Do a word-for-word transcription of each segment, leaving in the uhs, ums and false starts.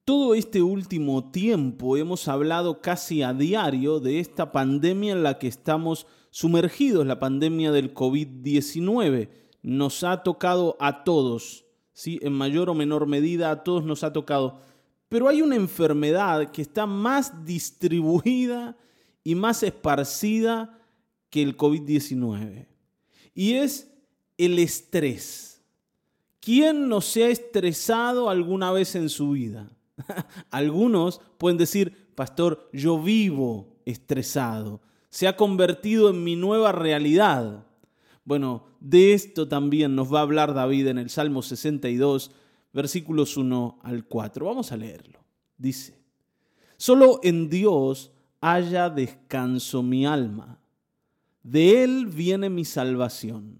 Todo este último tiempo hemos hablado casi a diario de esta pandemia en la que estamos sumergidos, la pandemia del covid diecinueve. Nos ha tocado a todos, ¿sí? En mayor o menor medida a todos nos ha tocado. Pero hay una enfermedad que está más distribuida y más esparcida que el covid diecinueve. Y es el estrés. ¿Quién no se ha estresado alguna vez en su vida? Algunos pueden decir, pastor, yo vivo estresado. Se ha convertido en mi nueva realidad. Bueno, de esto también nos va a hablar David en el Salmo sesenta y dos, versículos uno al cuatro. Vamos a leerlo. Dice, solo en Dios haya descanso mi alma. De Él viene mi salvación.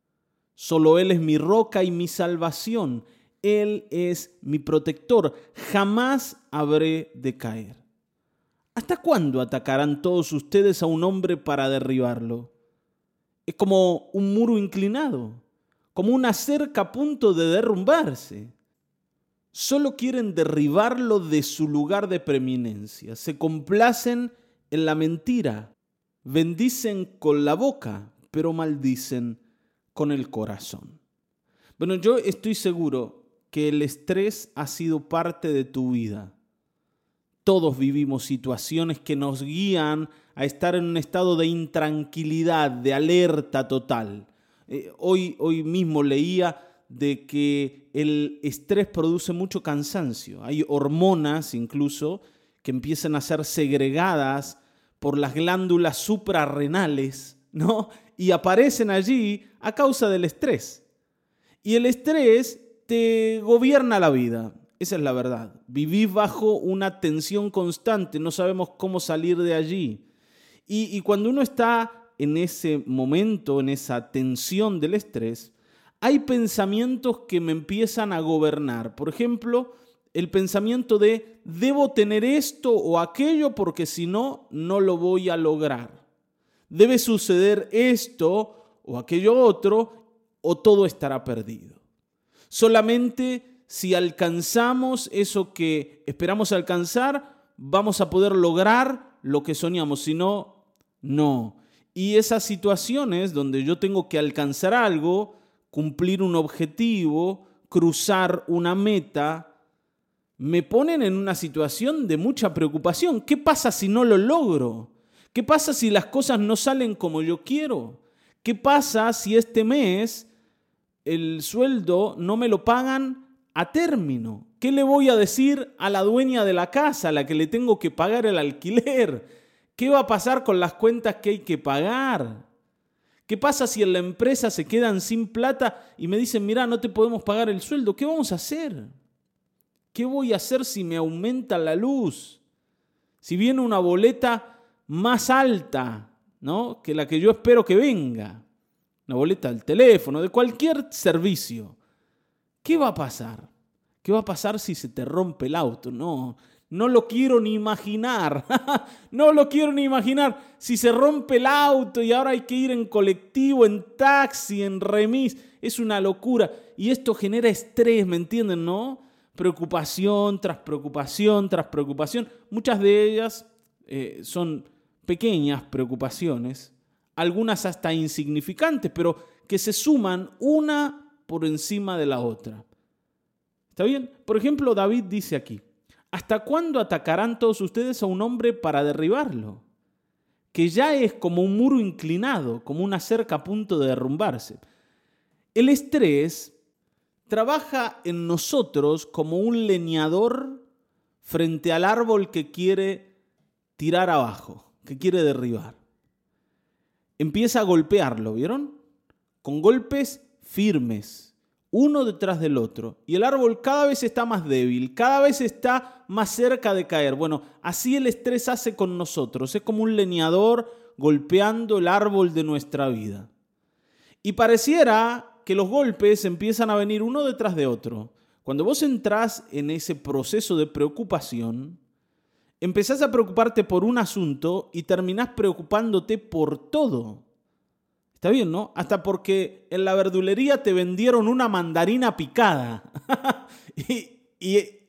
Solo Él es mi roca y mi salvación. Él es mi protector. Jamás habré de caer. ¿Hasta cuándo atacarán todos ustedes a un hombre para derribarlo? Es como un muro inclinado, como una cerca a punto de derrumbarse. Solo quieren derribarlo de su lugar de preeminencia. Se complacen en la mentira. Bendicen con la boca, pero maldicen con el corazón. Bueno, yo estoy seguro que el estrés ha sido parte de tu vida. Todos vivimos situaciones que nos guían a estar en un estado de intranquilidad, de alerta total. Eh, hoy, hoy mismo leía de que el estrés produce mucho cansancio. Hay hormonas incluso que empiezan a ser segregadas por las glándulas suprarrenales, ¿no? Y aparecen allí a causa del estrés. Y el estrés te gobierna la vida, esa es la verdad. Vivís bajo una tensión constante, no sabemos cómo salir de allí. Y, y cuando uno está en ese momento, en esa tensión del estrés, hay pensamientos que me empiezan a gobernar. Por ejemplo, el pensamiento de debo tener esto o aquello porque si no, no lo voy a lograr. Debe suceder esto o aquello otro o todo estará perdido. Solamente si alcanzamos eso que esperamos alcanzar, vamos a poder lograr lo que soñamos. Si no, no. Y esas situaciones donde yo tengo que alcanzar algo, cumplir un objetivo, cruzar una meta, me ponen en una situación de mucha preocupación. ¿Qué pasa si no lo logro? ¿Qué pasa si las cosas no salen como yo quiero? ¿Qué pasa si este mes el sueldo no me lo pagan a término? ¿Qué le voy a decir a la dueña de la casa, a la que le tengo que pagar el alquiler? ¿Qué va a pasar con las cuentas que hay que pagar? ¿Qué pasa si en la empresa se quedan sin plata y me dicen, mira, no te podemos pagar el sueldo? ¿Qué vamos a hacer? ¿Qué voy a hacer si me aumenta la luz? Si viene una boleta más alta, ¿no?, que la que yo espero que venga. Una boleta del teléfono, de cualquier servicio. ¿Qué va a pasar? ¿Qué va a pasar si se te rompe el auto? No, no lo quiero ni imaginar. No lo quiero ni imaginar. Si se rompe el auto y ahora hay que ir en colectivo, en taxi, en remis, es una locura. Y esto genera estrés, ¿me entienden, no? Preocupación tras preocupación tras preocupación. Muchas de ellas eh, son pequeñas preocupaciones, algunas hasta insignificantes, pero que se suman una por encima de la otra. ¿Está bien? Por ejemplo, David dice aquí, ¿hasta cuándo atacarán todos ustedes a un hombre para derribarlo? Que ya es como un muro inclinado, como una cerca a punto de derrumbarse. El estrés trabaja en nosotros como un leñador frente al árbol que quiere tirar abajo, que quiere derribar. Empieza a golpearlo, ¿vieron? Con golpes firmes, uno detrás del otro. Y el árbol cada vez está más débil, cada vez está más cerca de caer. Bueno, así el estrés hace con nosotros. Es como un leñador golpeando el árbol de nuestra vida. Y pareciera que los golpes empiezan a venir uno detrás de otro. Cuando vos entrás en ese proceso de preocupación, empezás a preocuparte por un asunto y terminás preocupándote por todo. Está bien, ¿no? Hasta porque en la verdulería te vendieron una mandarina picada. y, y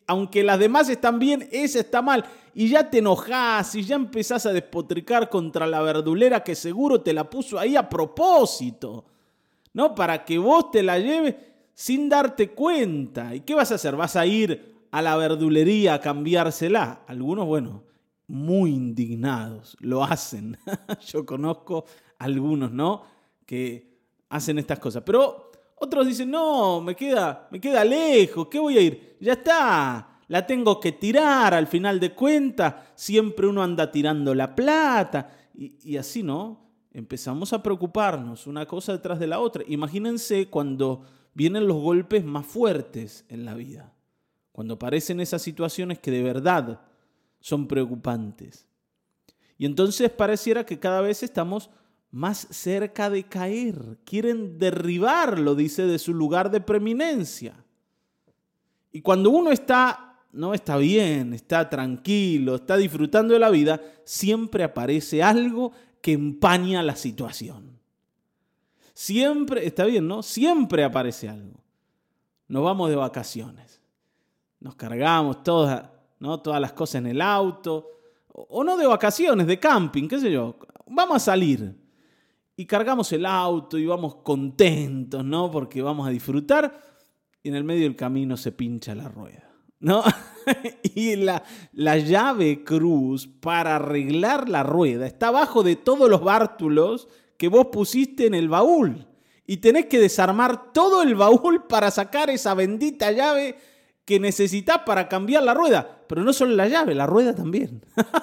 aunque las demás están bien, esa está mal. Y ya te enojás y ya empezás a despotricar contra la verdulera que seguro te la puso ahí a propósito, ¿no? Para que vos te la lleves sin darte cuenta. ¿Y qué vas a hacer? ¿Vas a ir a la verdulería a cambiársela? Algunos, bueno, muy indignados lo hacen. Yo conozco algunos, ¿no? Que hacen estas cosas. Pero otros dicen, no, me queda, me queda lejos, ¿qué voy a ir? Ya está, la tengo que tirar al final de cuentas. Siempre uno anda tirando la plata. Y, y así, ¿no? Empezamos a preocuparnos una cosa detrás de la otra. Imagínense cuando vienen los golpes más fuertes en la vida. Cuando aparecen esas situaciones que de verdad son preocupantes. Y entonces pareciera que cada vez estamos más cerca de caer. Quieren derribarlo, dice, de su lugar de preeminencia. Y cuando uno está, no está bien, está tranquilo, está disfrutando de la vida, siempre aparece algo que empaña la situación. Siempre, está bien, ¿no? Siempre aparece algo. Nos vamos de vacaciones. Nos cargamos todas, ¿no? Todas las cosas en el auto. O no de vacaciones, de camping, qué sé yo. Vamos a salir. Y cargamos el auto y vamos contentos, ¿no? Porque vamos a disfrutar. Y en el medio del camino se pincha la rueda, ¿no? Y la, la llave cruz para arreglar la rueda está abajo de todos los bártulos que vos pusiste en el baúl. Y tenés que desarmar todo el baúl para sacar esa bendita llave que necesitas para cambiar la rueda. Pero no solo la llave, la rueda también.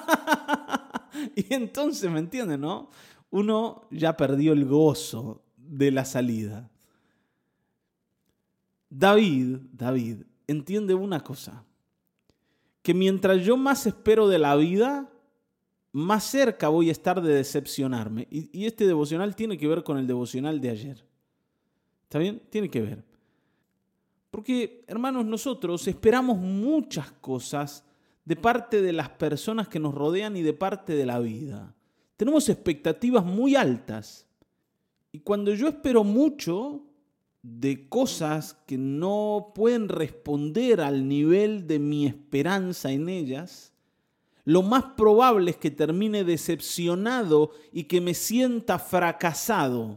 Y entonces, ¿me entienden, no? Uno ya perdió el gozo de la salida. David, David, entiende una cosa. Que mientras yo más espero de la vida, más cerca voy a estar de decepcionarme. Y, y este devocional tiene que ver con el devocional de ayer. ¿Está bien? Tiene que ver. Porque, hermanos, nosotros esperamos muchas cosas de parte de las personas que nos rodean y de parte de la vida. Tenemos expectativas muy altas. Y cuando yo espero mucho de cosas que no pueden responder al nivel de mi esperanza en ellas, lo más probable es que termine decepcionado y que me sienta fracasado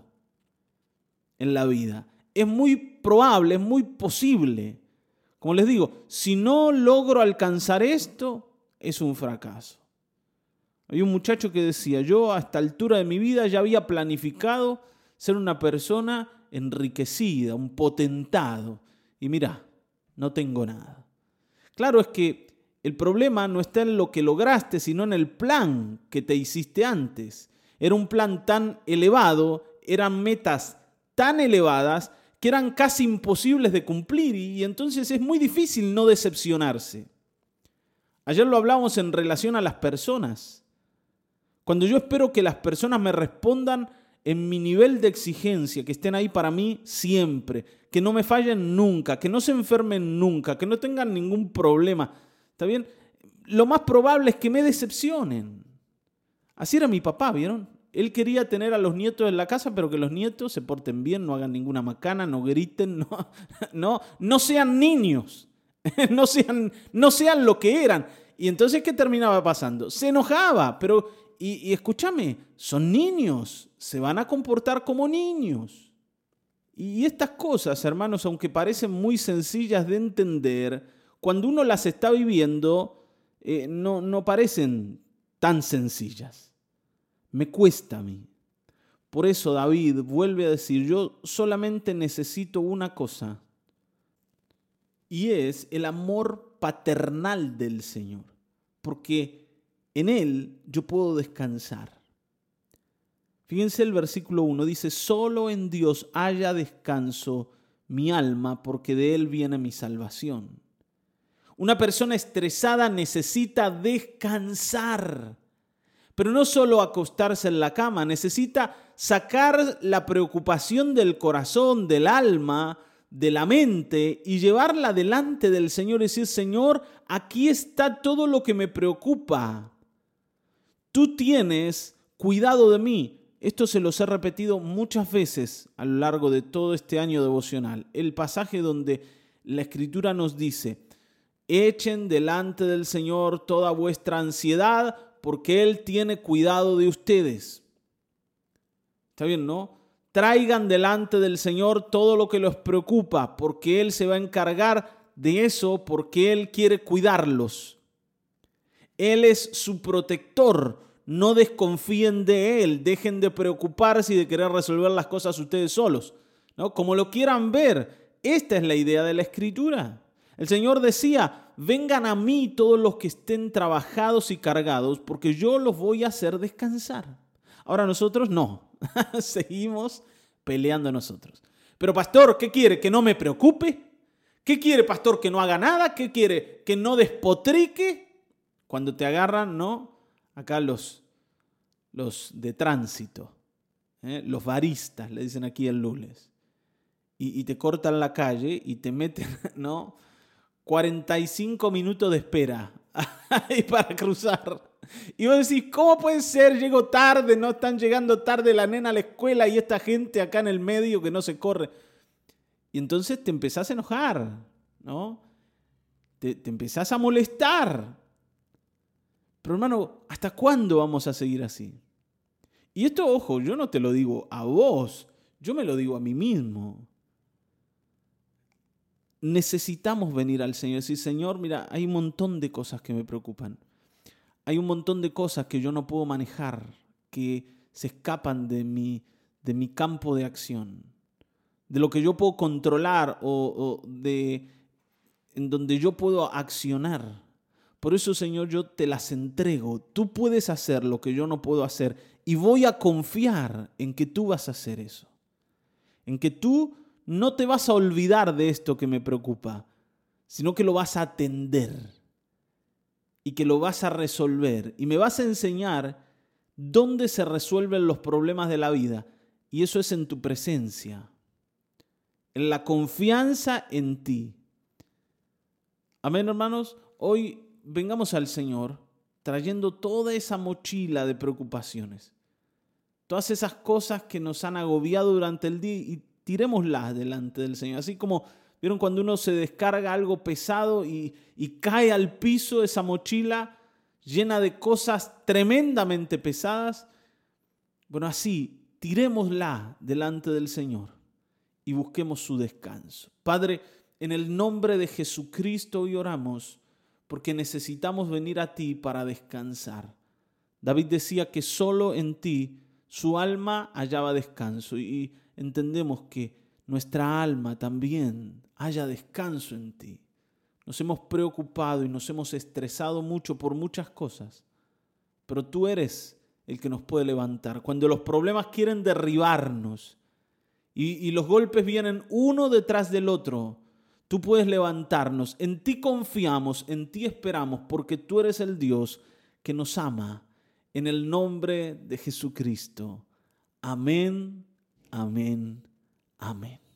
en la vida. Es muy probable, es muy posible. Como les digo, si no logro alcanzar esto, es un fracaso. Hay un muchacho que decía, yo a esta altura de mi vida ya había planificado ser una persona enriquecida, un potentado. Y mira, no tengo nada. Claro, es que el problema no está en lo que lograste, sino en el plan que te hiciste antes. Era un plan tan elevado, eran metas tan elevadas que eran casi imposibles de cumplir y entonces es muy difícil no decepcionarse. Ayer lo hablamos en relación a las personas. Cuando yo espero que las personas me respondan en mi nivel de exigencia, que estén ahí para mí siempre, que no me fallen nunca, que no se enfermen nunca, que no tengan ningún problema, ¿está bien? Lo más probable es que me decepcionen. Así era mi papá, ¿vieron? Él quería tener a los nietos en la casa, pero que los nietos se porten bien, no hagan ninguna macana, no griten, no, no, no sean niños, no sean, no sean lo que eran. Y entonces, ¿qué terminaba pasando? Se enojaba, pero... Y, y escúchame, son niños, se van a comportar como niños. Y estas cosas, hermanos, aunque parecen muy sencillas de entender, cuando uno las está viviendo, eh, no, no parecen tan sencillas. Me cuesta a mí. Por eso David vuelve a decir, yo solamente necesito una cosa, y es el amor paternal del Señor, porque en Él yo puedo descansar. Fíjense el versículo uno, dice, solo en Dios haya descanso mi alma, porque de Él viene mi salvación. Una persona estresada necesita descansar, pero no solo acostarse en la cama, necesita sacar la preocupación del corazón, del alma, de la mente y llevarla delante del Señor y decir, Señor, aquí está todo lo que me preocupa. Tú tienes cuidado de mí. Esto se los he repetido muchas veces a lo largo de todo este año devocional. El pasaje donde la Escritura nos dice, Echen delante del Señor toda vuestra ansiedad, porque Él tiene cuidado de ustedes. ¿Está bien, no? Traigan delante del Señor todo lo que los preocupa, porque Él se va a encargar de eso, porque Él quiere cuidarlos. Él es su protector. No desconfíen de Él. Dejen de preocuparse y de querer resolver las cosas ustedes solos, ¿no? Como lo quieran ver, esta es la idea de la Escritura. El Señor decía, vengan a mí todos los que estén trabajados y cargados, porque yo los voy a hacer descansar. Ahora nosotros no, seguimos peleando nosotros. Pero pastor, ¿qué quiere? ¿Que no me preocupe? ¿Qué quiere, pastor? ¿Que no haga nada? ¿Qué quiere? ¿Que no despotrique? Cuando te agarran, ¿no? Acá los, los de tránsito, ¿eh? Los baristas, le dicen aquí el lunes. Y, y te cortan la calle y te meten, ¿no? cuarenta y cinco minutos de espera ahí para cruzar. Y vos decís, ¿cómo puede ser? Llego tarde, no están llegando tarde la nena a la escuela y esta gente acá en el medio que no se corre. Y entonces te empezás a enojar, ¿no? Te, te empezás a molestar. Pero hermano, ¿hasta cuándo vamos a seguir así? Y esto, ojo, yo no te lo digo a vos, yo me lo digo a mí mismo. Necesitamos venir al Señor y decir, Señor, mira, hay un montón de cosas que me preocupan. Hay un montón de cosas que yo no puedo manejar, que se escapan de mi, de mi campo de acción, de lo que yo puedo controlar o, o de en donde yo puedo accionar. Por eso, Señor, yo te las entrego. Tú puedes hacer lo que yo no puedo hacer y voy a confiar en que tú vas a hacer eso. En que tú no te vas a olvidar de esto que me preocupa, sino que lo vas a atender y que lo vas a resolver. Y me vas a enseñar dónde se resuelven los problemas de la vida. Y eso es en tu presencia, en la confianza en ti. Amén, hermanos. Hoy vengamos al Señor trayendo toda esa mochila de preocupaciones, todas esas cosas que nos han agobiado durante el día y tirémoslas delante del Señor. Así como, ¿vieron cuando uno se descarga algo pesado y, y cae al piso esa mochila llena de cosas tremendamente pesadas? Bueno, así, tirémosla delante del Señor y busquemos su descanso. Padre, en el nombre de Jesucristo hoy oramos porque necesitamos venir a ti para descansar. David decía que solo en ti su alma hallaba descanso y entendemos que nuestra alma también haya descanso en ti. Nos hemos preocupado y nos hemos estresado mucho por muchas cosas, pero tú eres el que nos puede levantar. Cuando los problemas quieren derribarnos y, y los golpes vienen uno detrás del otro, tú puedes levantarnos. En ti confiamos, en ti esperamos, porque tú eres el Dios que nos ama. En el nombre de Jesucristo. Amén, amén, amén.